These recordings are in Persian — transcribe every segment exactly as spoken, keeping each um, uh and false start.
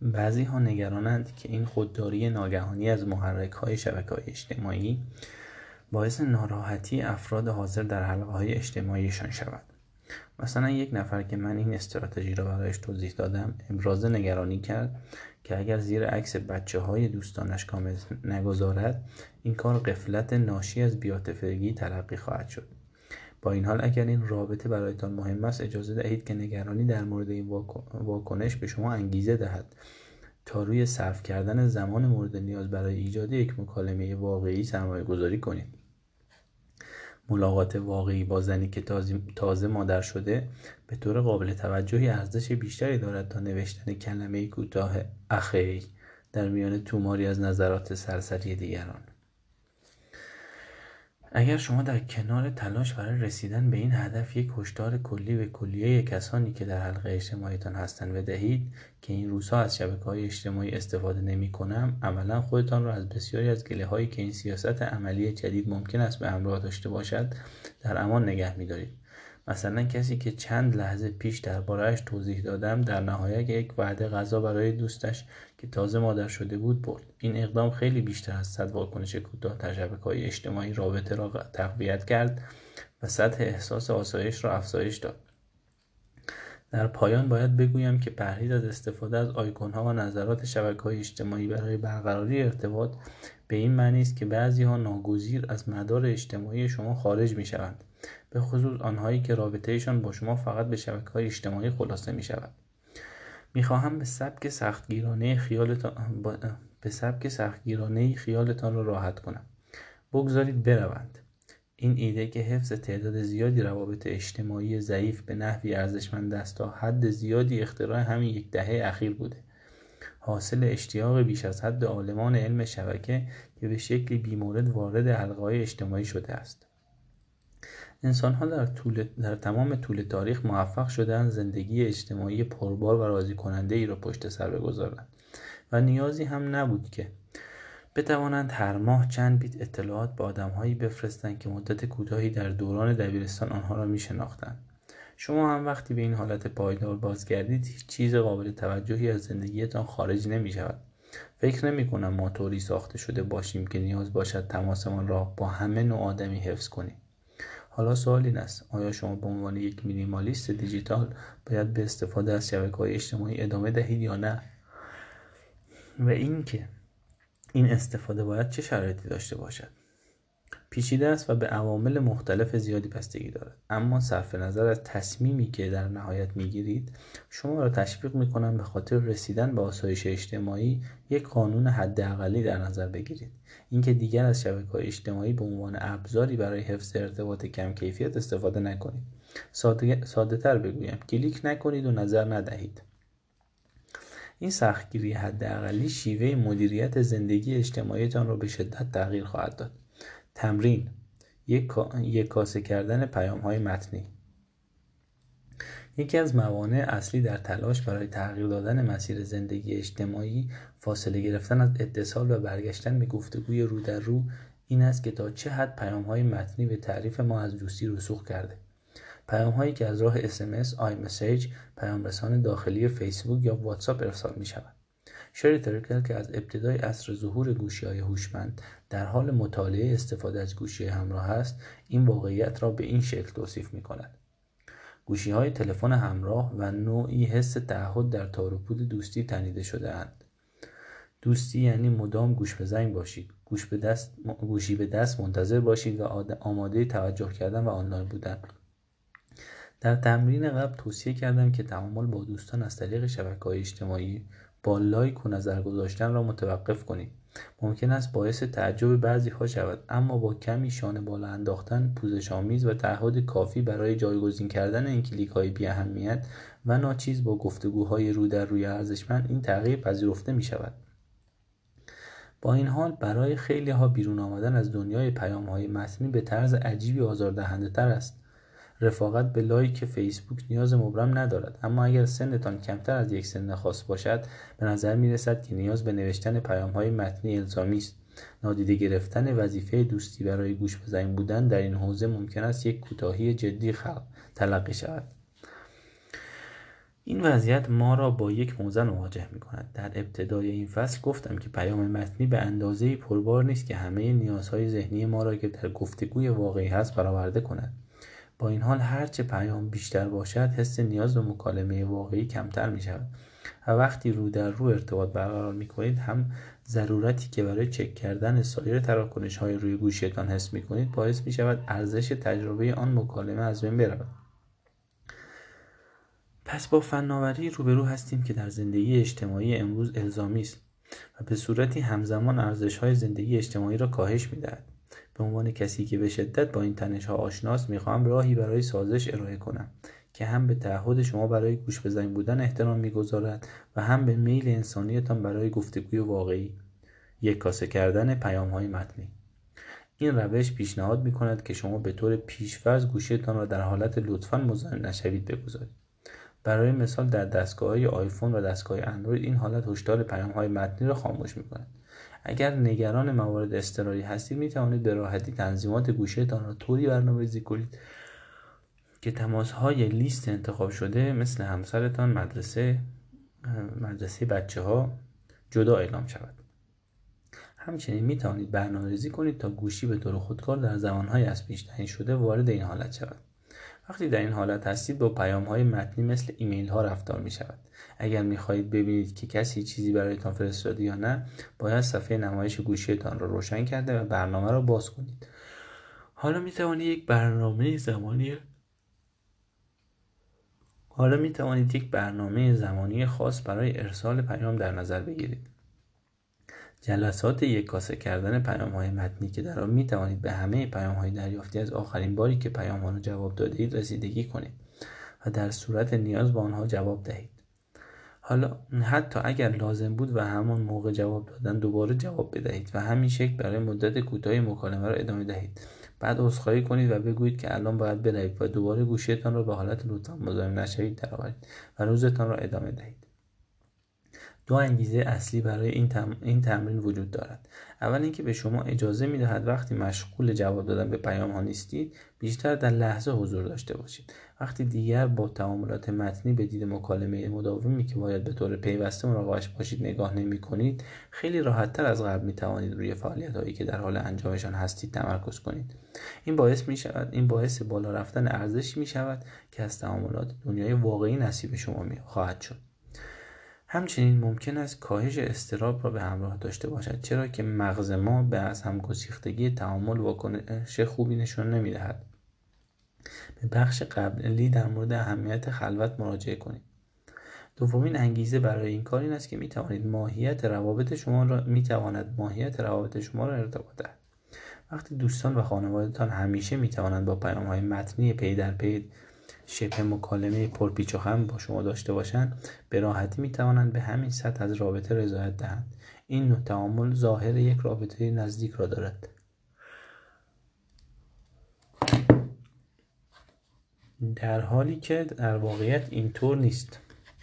بعضی ها نگرانند که این خودداری ناگهانی از محرک های شبکه‌های اجتماعی باعث ناراحتی افراد حاضر در حلقه های اجتماعیشان شود. مثلا یک نفر که من این استراتژی را برایش توضیح دادم ابراز نگرانی کرد که اگر زیر عکس بچه های دوستانش کامنت نگذارد این کار غفلت ناشی از بی‌عاطفگی تلقی خواهد شد. با این حال اگر این رابطه برایتان مهم است اجازه دهید که نگرانی در مورد این واکنش به شما انگیزه دهد تا روی صرف کردن زمان مورد نیاز برای ایجاد یک مکالمه واقعی سرمایه گذاری کنید. ملاقات واقعی با زنی که تازه مادر شده به طور قابل توجهی ارزش بیشتری دارد تا نوشتن کلمه کوتاه اخی در میان توماری از نظرات سرسری دیگران. اگر شما در کنار تلاش برای رسیدن به این هدف یک هشدار کلی به کلیه کسانی که در حلقه اجتماعیتان هستند بدهید که این روزها از شبکه‌های اجتماعی استفاده نمی‌کنم، عملاً خودتان را از بسیاری از گله‌هایی که این سیاست عملی جدید ممکن است به همراه داشته باشد در امان نگه می‌دارید. مثلا کسی که چند لحظه پیش درباره‌اش توضیح دادم در نهایت یک وعده غذا برای دوستش که تازه مادر شده بود برد. این اقدام خیلی بیشتر از صد واکنش کوتاه در شبکه‌های اجتماعی رابطه را تقویت کرد و سطح احساس آسایش را افزایش داد. در پایان باید بگویم که پرهیز از استفاده از آیکون‌ها و نظرات شبکه‌های اجتماعی برای برقراری ارتباط به این معنی است که بعضی‌ها ناگزیر از مدار اجتماعی شما خارج می‌شوند، به خصوص آنهایی که رابطه‌شان با شما فقط به شبکه‌های اجتماعی خلاصه می‌شود. می‌خواهم به سبک سختگیرانه خیالتان با... به سبک سختگیرانه خیالتان را راحت کنم. بگذارید بروند. این ایده که حفظ تعداد زیادی روابط اجتماعی ضعیف به نحوی ارزشمند است تا حد زیادی اختراع همین یک دهه اخیر بوده. حاصل اشتیاق بیش از حد عالمان علم شبکه که به شکلی بیمورد وارد حلقه‌های اجتماعی شده است. انسان‌ها در طول در تمام طول تاریخ موفق شدند زندگی اجتماعی پربار و راضی کننده ای را پشت سر بگذارند و نیازی هم نبود که بتوانند هر ماه چند بیت اطلاعات به آدم‌هایی بفرستند که مدت کوتاهی در دوران دبیرستان آنها را می‌شناختند. شما هم وقتی به این حالت پایدار بازگردید هیچ چیز قابل توجهی از زندگیتان خارج نمی‌شود. فکر نمی‌کنم ما طوری ساخته شده باشیم که نیاز باشد تماسمان را با همه نوع آدمی حفظ کنیم. حالا سوال این است: آیا شما به عنوان یک مینیمالیست دیجیتال باید به استفاده از شبکه‌های اجتماعی ادامه دهید یا نه؟ و اینکه این استفاده باید چه شرایطی داشته باشد؟ پیچیده است و به عوامل مختلف زیادی بستگی دارد، اما صرف نظر از تصمیمی که در نهایت میگیرید شما را تشویق میکنم به خاطر رسیدن به آسایش اجتماعی یک قانون حداقلی در نظر بگیرید: اینکه دیگر از شبکه‌های اجتماعی به عنوان ابزاری برای حفظ ارتباط کم کیفیت استفاده نکنید. ساده, ساده تر بگویم کلیک نکنید و نظر ندهید. این سختگیری حداقلی شیوه مدیریت زندگی اجتماعیتان را به شدت تغییر خواهد داد. تمرین: یک یک کاسه کردن پیام‌های متنی. یکی از موانع اصلی در تلاش برای تغییر دادن مسیر زندگی اجتماعی فاصله گرفتن از اتصال و برگشتن به گفتگوی رو در رو این است که تا چه حد پیام‌های متنی به تعریف ما از دوستی رسوخ کرده. پیام‌هایی که از راه اس ام اس، آی مسیج، پیام رسان داخلی فیسبوک یا واتساپ ارسال می‌شود. شری ترکل که از ابتدای عصر ظهور گوشی‌های هوشمند در حال مطالعه استفاده از گوشی همراه است، این واقعیت را به این شکل توصیف می‌کند: گوشی‌های تلفن همراه و نوعی حس تعهد در تار و پود دوستی تنیده شده‌اند. دوستی یعنی مدام گوش به زنگ باشید، گوش به دست گوشی به دست منتظر باشید و آماده توجه کردن و آنلاین بودن. در تمرین قبل توصیه کردم که تعامل با دوستان از طریق شبکه‌های اجتماعی با لایک و نظر گذاشتن را متوقف کنید. ممکن است باعث تعجب بعضی‌ها شود، اما با کمی شانه بالا انداختن، پوزش‌آمیز و تعهد کافی برای جایگزین کردن این کلیک‌های بی‌اهمیت و ناچیز با گفتگوهای رو در روی ارزشمند این تغییر پذیرفته می‌شود. با این حال برای خیلی‌ها بیرون آمدن از دنیای پیام‌های متنی به طرز عجیبی آزاردهنده‌تر است. رفاقت به لایک فیسبوک نیاز مبرم ندارد، اما اگر سنتان کمتر از یک سن خاص باشد به نظر می رسد که نیاز به نوشتن پیام‌های متنی الزامی است. نادیده گرفتن وظیفه دوستی برای گوش به زنگ بودن در این حوزه ممکن است یک کوتاهی جدی خلق تلقی شود. این وضعیت ما را با یک موزه مواجه می‌کند. در ابتدای این فصل گفتم که پیام متنی به اندازه‌ای پربار نیست که همه نیازهای ذهنی ما را که در گفتگوی واقعی هست برآورده کند. با این حال هرچه پیام بیشتر باشد، حس نیاز به مکالمه واقعی کمتر می‌شود و وقتی رو در رو ارتباط برقرار می‌کنید، هم ضرورتی که برای چک کردن سایر تراکنش‌های روی گوشیتان حس می‌کنید باعث می‌شود ارزش تجربه آن مکالمه از بین برود. پس با فناوری روبرو هستیم که در زندگی اجتماعی امروز الزامی است و به صورتی همزمان ارزش‌های زندگی اجتماعی را کاهش می‌دهد. به عنوان کسی که به شدت با این تنش‌ها آشناست، می‌خواهم راهی برای سازش ارائه کنم که هم به تعهد شما برای گوش به زنگ بودن احترام می‌گذارد و هم به میل انسانیتان برای گفتگوی واقعی. یک کاسه کردن پیام‌های متنی. این روش پیشنهاد می‌کند که شما به طور پیش‌فرض گوشیتان را در حالت لطفاً مزاحم نشوید بگذارید. برای مثال در دستگاه‌های آیفون و دستگاه اندروید این حالت هشدار پیام‌های متنی را خاموش می‌کند. اگر نگران موارد اضطراری هستید، می‌توانید به راحتی تنظیمات گوشیتان را طوری برنامه‌ریزی کنید که تماس‌های لیست انتخاب شده مثل همسرتان، مدرسه، مدرسه بچه‌ها جدا اعلام شود. همچنین می‌توانید برنامه‌ریزی کنید تا گوشی به طور خودکار در زمان‌های از پیش تعیین شده وارد این حالت شود. وقتی در این حالت هستید، با پیام‌های متنی مثل ایمیل‌ها رفتار می‌شود. اگر می‌خواهید ببینید که کسی چیزی برایتان فرستاده یا نه، باید صفحه نمایش گوشیتان را روشن کرده و برنامه را باز کنید. حالا می‌توانید یک برنامه زمانی حالا می‌توانید یک برنامه زمانی خاص برای ارسال پیام در نظر بگیرید. جلسات یککاسه کردن پیام‌های متنی که در آن می‌توانید به همه پیام‌های دریافتی از آخرین باری که پیام‌ها را جواب داده‌اید رسیدگی کنید و در صورت نیاز به آنها جواب دهید. حالا حتی اگر لازم بود و همان موقع جواب دادن دوباره جواب بدهید و همین شکل برای مدت کوتاهی مکالمه را ادامه دهید. بعد عذرخواهی کنید و بگویید که الان باید بروید و دوباره گوشیتان را به حالت لطفاً مزاحم نشوید درآورید و روزتان را ادامه دهید. دو انگیزه اصلی برای این, تم... این تمرین وجود دارد. اول اینکه به شما اجازه می‌دهد وقتی مشغول جواب دادن به پیام‌ها نیستید، بیشتر در لحظه حضور داشته باشید. وقتی دیگر با تعاملات متنی به دید مکالمه مداومی که باید به طور پیوسته مراقبش باشید نگاه نمی‌کنید، خیلی راحت‌تر از قبل می‌توانید روی فعالیت‌هایی که در حال انجامشان هستید تمرکز کنید. این باعث می‌شود این باعث بالا رفتن ارزشی می‌شود که از تعاملات دنیای واقعی نصیب شما خواهد شد. همچنین ممکن است کاهش اضطراب را به همراه داشته باشد، چرا که مغز ما به از همگسیختگی تعامل واکنش خوبی نشان نمی‌دهد. به بخش قبلی در مورد اهمیت خلوت مراجعه کنید. دومین انگیزه برای این کار این است که می‌توانید ماهیت روابط شما را می‌تواند ماهیت روابط شما را ارتباط دهد. وقتی دوستان و خانواده‌تان همیشه می‌توانند با پیام‌های متنی پی در پی شبه مکالمه پرپیچ و خم با شما داشته باشند، به راحتی می‌توانند به همین سطح از رابطه رضایت دهند. این نوع تعامل ظاهر یک رابطه نزدیک را دارد. در حالی که در واقعیت اینطور نیست.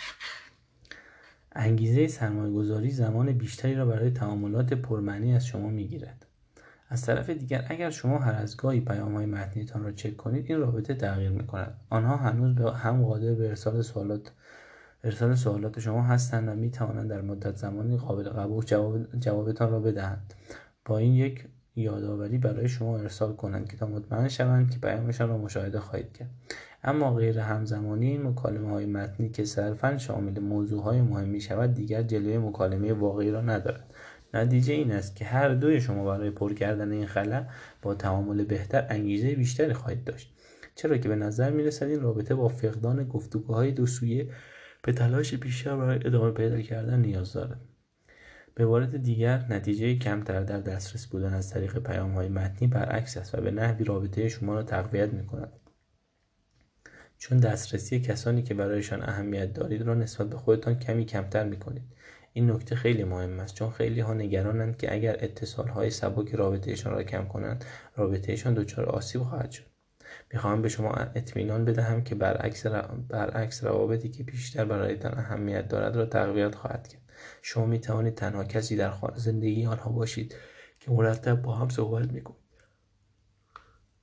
انگیزه سرمایه‌گذاری زمان بیشتری را برای تعاملات پرمعنی از شما می‌گیرد. از طرف دیگر اگر شما هر از گاهی پیام‌های متنیتان را چک کنید، این رابطه تغییر می‌کند. آنها هنوز به هم قادر به ارسال سوالات ارسال سوالات شما هستند و می‌توانند در مدت زمانی قابل قبول جواب جوابتان را بدهند. با این یک یادآوری برای شما ارسال کنند که تا مطمئن شوند که پیامشان را مشاهده خواهید کرد. اما غیر همزمانی این مکالمه‌های متنی که صرفاً شامل موضوعهای مهم می‌شود دیگر جلوه مکالمه واقعی را ندارد. نتیجه این است که هر دوی شما برای پر کردن این خلا با تعامل بهتر انگیزه بیشتری خواهید داشت، چرا که به نظر می‌رسد این رابطه با فقدان گفتگوهای دو سویه به تلاش بیشتر برای ادامه پیدا کردن نیاز دارد. به عبارت دیگر، نتیجه کمتر در دسترس بودن از طریق پیام‌های متنی برعکس است و به نحوی رابطه شما را تقویت می‌کند. چون دسترسی کسانی که برایشان اهمیت دارید را نسبت به خودتان کمی کمتر می‌کنید. این نکته خیلی مهم است، چون خیلی ها نگرانند که اگر اتصال‌های سبک رابطه‌شان را کم کنند، رابطه‌شان دچار آسیب خواهد شد. می‌خواهم به شما اطمینان بدهم که برعکس برعکس روابطی که بیشتر برایتان اهمیت دارد را تقویت خواهد کرد. شما می‌توانید تنها کسی در زندگی آنها باشید که مرتب با هم صحبت می‌کنید.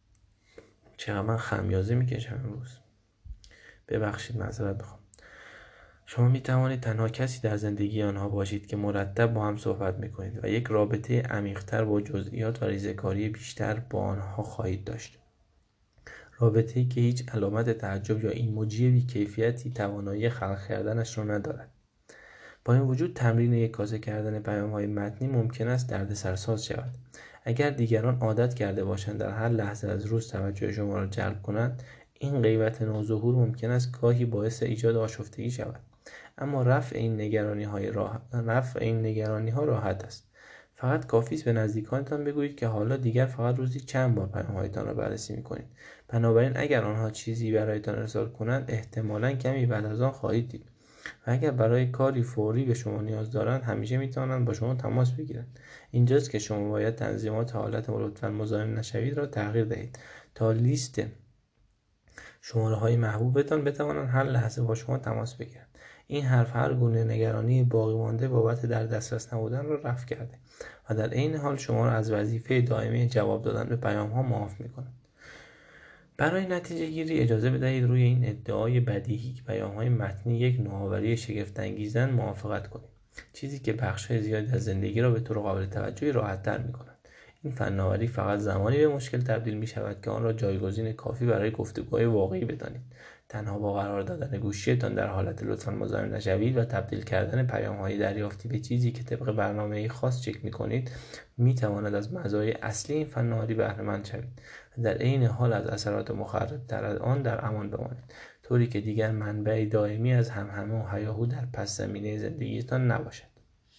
چقدر من خمیازه می‌کشم امروز. ببخشید، معذرت می‌خوام. شما می توانید تنها کسی در زندگی آنها باشید که مرتب با هم صحبت می کنید و یک رابطه عمیق‌تر با جزئیات و ریزه‌کاری بیشتر با آنها خواهید داشت. رابطه‌ای که هیچ علامت تعجب یا ایموجی بی‌کیفیتی توانایی خلق کردنش را ندارد. با این وجود تمرین یک کاسه کردن پیام‌های متنی ممکن است دردسرساز شود. اگر دیگران عادت کرده باشند در هر لحظه از روز توجه شما را جلب کنند، این غیبت نوظهور ممکن است گاهی باعث ایجاد آشفتگی شود. اما رفع این نگرانی‌های راه... رفع این نگرانی‌ها راحت است. فقط کافی است به نزدیکانتان بگویید که حالا دیگر فقط روزی چند بار پیام‌هایتان را بررسی می‌کنید. بنابراین اگر آنها چیزی برایتان ارسال کنند، احتمالاً کمی بعد از آن خواهید دید. و اگر برای کاری فوری به شما نیاز دارند، همیشه می‌توانند با شما تماس بگیرند. اینجاست که شما باید تنظیمات حالت لطفاً مزاحم نشوید را تغییر دهید تا لیست شماره‌های محبوبتان بتوانند هر لحظه با شما تماس بگیرند. این حرف هر گونه نگرانی باقی مانده بابت در دسترس نبودن را رفع کرده و در عین حال شما را از وظیفه دائمی جواب دادن به پیام‌ها معاف می‌کند. برای نتیجه گیری اجازه بدهید روی این ادعای بدیهی که پیام‌های متنی یک نوآوری شگفت‌انگیزند موافقت کنید، چیزی که بخش‌های زیادی از زندگی را به طور قابل توجهی راحت‌تر می‌کند. این فناوری فقط زمانی به مشکل تبدیل می‌شود که آن را جایگزین کافی برای گفتگوهای واقعی بدانید. تنها با قرار دادن گوشیتان در حالت لطفاً مزاحم نشوید و تبدیل کردن پیام‌های دریافتی به چیزی که طبق برنامه‌ای خاص چک می‌کنید، می‌تواند از مزایای اصلی این فناوری بهره مند شوید و در عین حال از اثرات مخرب‌تر از آن در امان بمانید، طوری که دیگر منبع دائمی از همهمه و هیاهو در پس زمینه زندگیتان نباشد.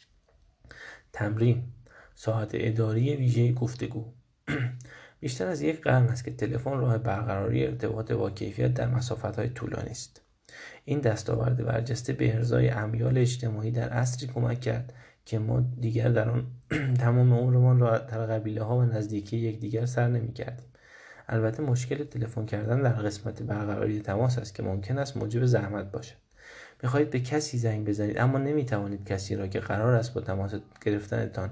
تمرین: ساعت اداری ویژه گفتگو. بیشتر از یک قرن است که تلفن راه برقراری ارتباط با کیفیت در مسافت‌های طولانی است. این دستاورد برجسته به ارضای امیال اجتماعی در عصری کمک کرد که ما دیگر در آن تمام عمرمان را در قبیله‌ها و نزدیکی یکدیگر سر نمی‌کردیم. البته مشکل تلفن کردن در قسمت برقراری تماس است که ممکن است موجب زحمت باشد. می‌خواهید به کسی زنگ بزنید اما نمی‌توانید کسی را که قرار است با تماس گرفتنتان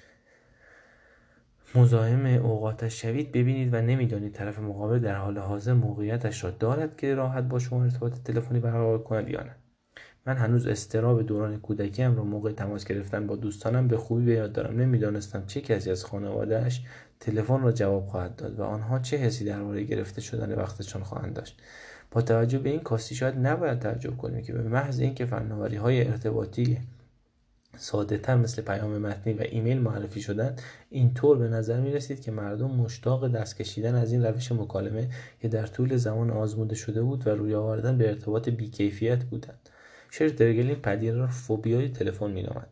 مزاحم اوقاتش شوید ببینید و نمی‌دانید طرف مقابل در حال حاضر موقعیتش را دارد که راحت با شما ارتباط تلفنی برقرار کند یا نه. من هنوز اضطراب دوران کودکیم را موقع تماس گرفتن با دوستانم به خوبی به یاد دارم. نمی‌دانستم چه کسی از خانواده‌اش تلفن را جواب خواهد داد و آنها چه حسی درباره گرفته شدن وقتشان خواهند داشت. با توجه به این کاستی شاید نباید تعجب کنیم که به محض اینکه فناوری‌های ارتباطی ساده‌تر مثل پیام متنی و ایمیل معرفی شدند، اینطور به نظر می‌رسید که مردم مشتاق دست کشیدن از این روش مکالمه که در طول زمان آزموده شده بود و روی آوردن به ارتباط بی‌کیفیت بودند. شرترگل این پدیده را فوبیای تلفن می‌نامد.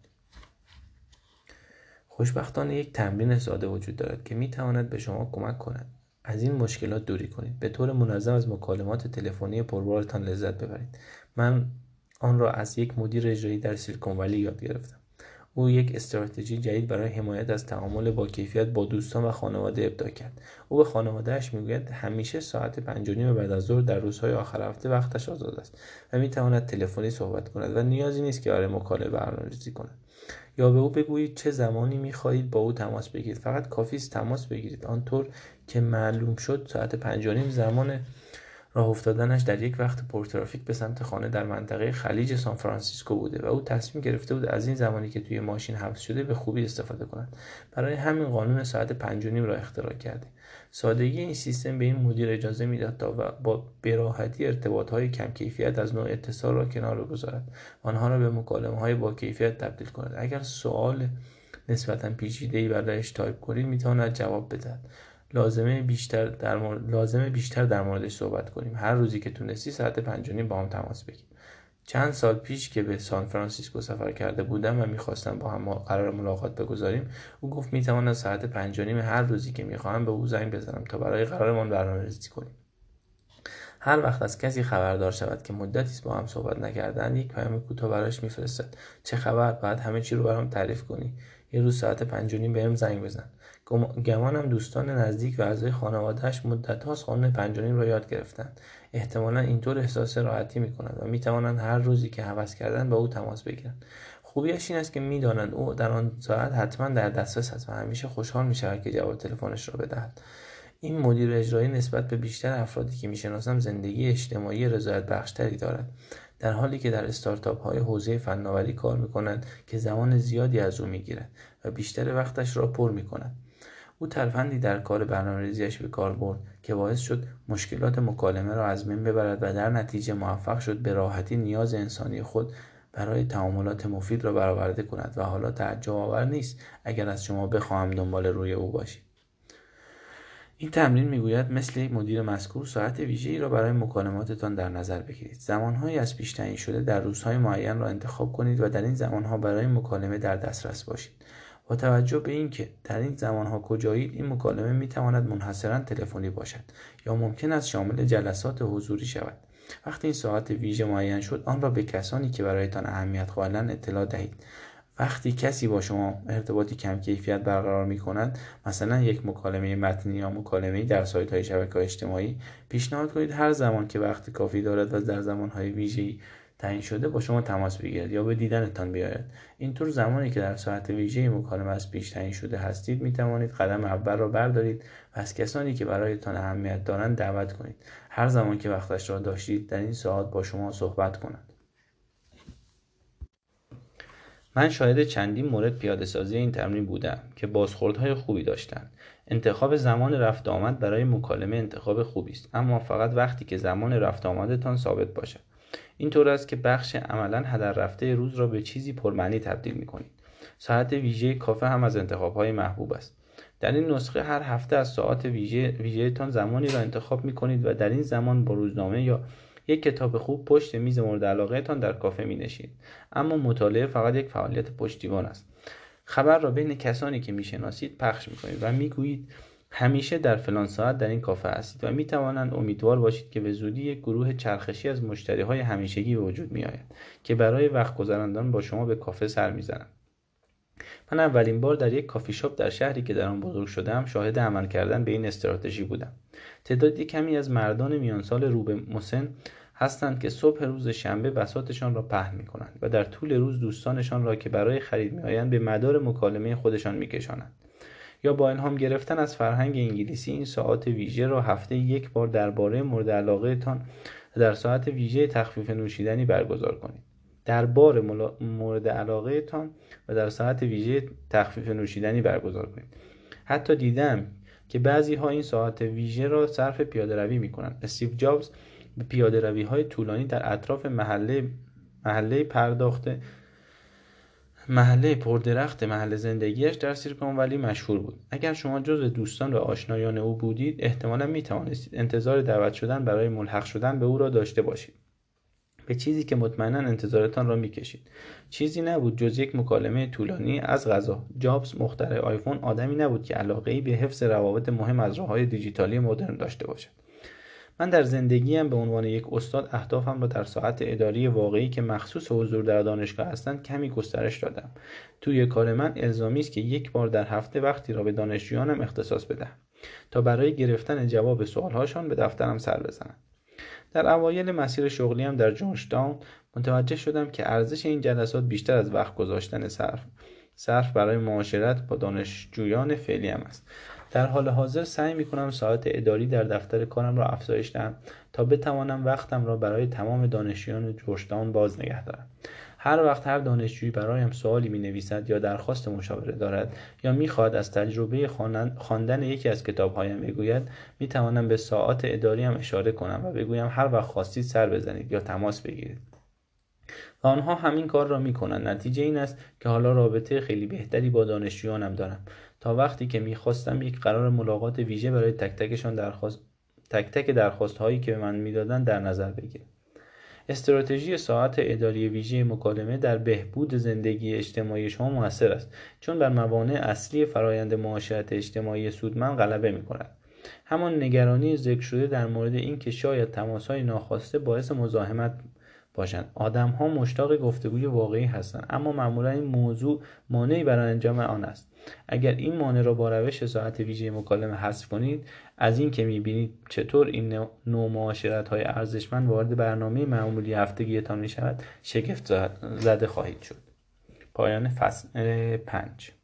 خوشبختانه یک تمرین ساده وجود دارد که می‌تواند به شما کمک کند از این مشکلات دوری کنید. به طور منظم از مکالمات تلفنی پربارتان لذت ببرید. من آن را از یک مدیر اجرایی در سیلیکون ولی یاد گرفتم. او یک استراتژی جدید برای حمایت از تعامل با کیفیت با دوستان و خانواده ابداع کرد. او به خانواده‌اش میگوید همیشه ساعت پنج و نیم بعد از ظهر در روزهای آخر هفته وقتش آزاد است و میتواند تلفنی صحبت کند و نیازی نیست که برای مکالمه برنامه‌ریزی کند. یا به او بگویید چه زمانی می‌خواهید با او تماس بگیرید. فقط کافی است تماس بگیرید. آنطور که معلوم شد ساعت پنج و نیم زمان راه افتادنش در یک وقت پرترافیک به سمت خانه در منطقه خلیج سان فرانسیسکو بوده و او تصمیم گرفته بود از این زمانی که توی ماشین حبس شده به خوبی استفاده کند. برای همین قانون ساعت پنج و نیم را اختراع کرده. سادگی این سیستم به این مدیر اجازه میداد تا با براحتی ارتباط‌های کم کیفیت از نوع اتصال را کنار بگذارد و آنها را به مکالمه‌های با کیفیت تبدیل کند. اگر سوال نسبتاً پیچیده‌ای برایش تایپ کنید میتواند جواب بدهد. لازمه بیشتر در مورد لازمه بیشتر در موردش صحبت کنیم. هر روزی که تونستی ساعت پنج و نیم با هم تماس بگیر. چند سال پیش که به سان فرانسیسکو سفر کرده بودم و میخواستم با هم قرار ملاقات بگذاریم، او گفت میتواند ساعت پنج و نیم هر روزی که میخواهم به او زنگ بزنم تا برای قرارمان برنامه‌ریزی کنیم. هر وقت از کسی خبردار شود که مدتی است با هم صحبت نکردند، یک پیام کوتاه برایش میفرستد. چه خبر؟ بعد همه چی رو برام تعریف کنی. یه روز ساعت پنج و نیم بهم زنگ بزن. گمانم دوستان نزدیک و اعضای خانواده‌اش مدت‌هاست قانون پنج و نیم را یاد گرفتند. احتمالاً اینطور احساس راحتی می‌کنند و می‌توانند هر روزی که هوس کردند با او تماس بگیرند. خوبیش این است که می‌دانند او در آن ساعت حتما در دسترس است و همیشه خوشحال می‌شود که جواب تلفنش را بدهد. این مدیر اجرایی نسبت به بیشتر افرادی که میشناسم زندگی اجتماعی رضایت بخشتری دارد. در حالی که در استارتاپ های حوزه فناوری کار میکنند که زمان زیادی از او میگیرد و بیشتر وقتش را پر میکند. او ترفندی در کار برنامه‌ریزی‌اش به کار برد که باعث شد مشکلات مکالمه را از بین ببرد و در نتیجه موفق شد به راحتی نیاز انسانی خود برای تعاملات مفید را برآورده کند و حالا تعجب آور نیست اگر از شما بخواهم دنبال روی او باشید. این تمرین میگوید مثل یک مدیر مذکور ساعت ویژه‌ای را برای مکالماتتان در نظر بگیرید. زمان‌هایی از پیش تعیین شده در روزهای معین را انتخاب کنید و در این زمان‌ها برای مکالمه در دسترس باشید. با توجه به اینکه در این زمان‌ها کجایید، این مکالمه می‌تواند منحصراً تلفنی باشد یا ممکن است شامل جلسات حضوری شود. وقتی این ساعت ویژه معین شد، آن را به کسانی که برایتان اهمیت قائلند اطلاع دهید. وقتی کسی با شما ارتباطی کم کیفیت برقرار می‌کند، مثلا یک مکالمه متنی یا مکالمه‌ای در سایت‌های شبکه‌های اجتماعی، پیشنهاد کنید هر زمان که وقت کافی دارد و در زمان‌های ویژه‌ای تعیین شده با شما تماس بگیرد یا به دیدنتان بیاید. اینطور زمانی که در ساعت ویژه مکالمه از پیش تعیین شده هستید، می توانید قدم اول را بردارید و از کسانی که برایتان اهمیت دارند دعوت کنید هر زمان که وقتش را داشتید در این ساعت با شما صحبت کنند. من شاهد چندین مورد پیاده سازی این تمرین بودم که بازخوردهای خوبی داشتند. انتخاب زمان رفت آمد برای مکالمه انتخاب خوبی است، اما فقط وقتی که زمان رفت آمدتان ثابت باشد. اینطور است که بخش عملاً هدر رفته روز را به چیزی پرمعنی تبدیل می‌کنید. ساعت ویژه کافه هم از انتخاب‌های محبوب است. در این نسخه هر هفته از ساعات ویژه ویژه‌تان زمانی را انتخاب می‌کنید و در این زمان با روزنامه یا یک کتاب خوب پشت میز مورد علاقه‌تان در کافه می‌نشینید. اما مطالعه فقط یک فعالیت پشتیبان است. خبر را بین کسانی که می‌شناسید پخش می‌کنید و می‌گویید همیشه در فلان ساعت در این کافه هستید و می توانند امیدوار باشید که به زودی یک گروه چرخشی از مشتری‌های همیشگی به وجود می آید که برای وقت گذراندن با شما به کافه سر می‌زنند. من اولین بار در یک کافی شاپ در شهری که در آن بزرگ شدم شاهد عمل کردن به این استراتژی بودم. تعدادی کمی از مردان میانسال رو به مسن هستند که صبح روز شنبه بساطشان را پهن می‌کنند و در طول روز دوستانشان را که برای خرید می‌آیند به مدار مکالمه خودشان می‌کشانند. یا با الهام گرفتن از فرهنگ انگلیسی این ساعات ویژه را هفته یک بار درباره مورد علاقه تان در ساعت ویژه تخفیف نوشیدنی برگزار کنید. درباره مورد علاقه تان و در ساعت ویژه تخفیف نوشیدنی برگزار کنید. حتی دیدم که بعضی ها این ساعت ویژه را صرف پیاده روی می کنند. استیو جابز به پیاده روی های طولانی در اطراف محله محله پرداخته محله پردرخت محل زندگیش در سیلیکون ولی مشهور بود. اگر شما جزو دوستان و آشنایان او بودید، احتمالاً می توانستید انتظار دعوت شدن برای ملحق شدن به او را داشته باشید. به چیزی که مطمئناً انتظارتان را می کشید. چیزی نبود جز یک مکالمه طولانی. از قضا جابز مخترع آیفون آدمی نبود که علاقه‌ای به حفظ روابط مهم از راه‌های دیجیتالی مدرن داشته باشد. من در زندگیم به عنوان یک استاد اهدافم را در ساعت اداری واقعی که مخصوص حضور در دانشگاه هستند کمی گسترش دادم. توی کار من الزامی است که یک بار در هفته وقتی را به دانشجویانم اختصاص بدهم تا برای گرفتن جواب سوالهاشان به دفترم سر بزنم. در اوایل مسیر شغلیم در جورجتاون متوجه شدم که ارزش این جلسات بیشتر از وقت گذاشتن صرف صرف برای معاشرت با دانشجویان فعلیم است. در حال حاضر سعی می‌کنم ساعت اداری در دفتر کارم را افزایش دهم تا بتوانم وقتم را برای تمام دانشجویان جورجتاون باز نگه دارم. هر وقت هر دانشجویی برایم سوالی می‌نویسد یا درخواست مشاوره دارد یا می‌خواهد از تجربه خواندن یکی از کتاب‌هایم بگوید، می‌توانم به ساعات اداریم اشاره کنم و بگویم هر وقت خواستید سر بزنید یا تماس بگیرید. و آنها همین کار را می‌کنند. نتیجه این است که حالا رابطه خیلی بهتری با دانشجویانم دارم تا وقتی که می‌خواستم یک قرار ملاقات ویژه برای تک تکشان درخواست تک تک درخواست‌هایی که به من می‌دادند در نظر بگیرم. استراتژی ساعت اداری ویژه مکالمه در بهبود زندگی اجتماعی شما موثر است، چون بر موانع اصلی فرایند معاشرت اجتماعی سودمند غلبه می‌کند. همان نگرانی ذکر شده در مورد این که شاید تماس‌های ناخواسته باعث مزاحمت باشند. آدم‌ها مشتاق گفتگوی واقعی هستند، اما معمولا این موضوع مانعی برای انجام آن است. اگر این مانع را با روش ساعت ویژه مکالمه حذف کنید، از این که می‌بینید چطور این نوع معاشرت‌های ارزشمند وارد برنامه معمولی هفتگیتان می‌شود، شگفت زده خواهید شد. پایان فصل پنج.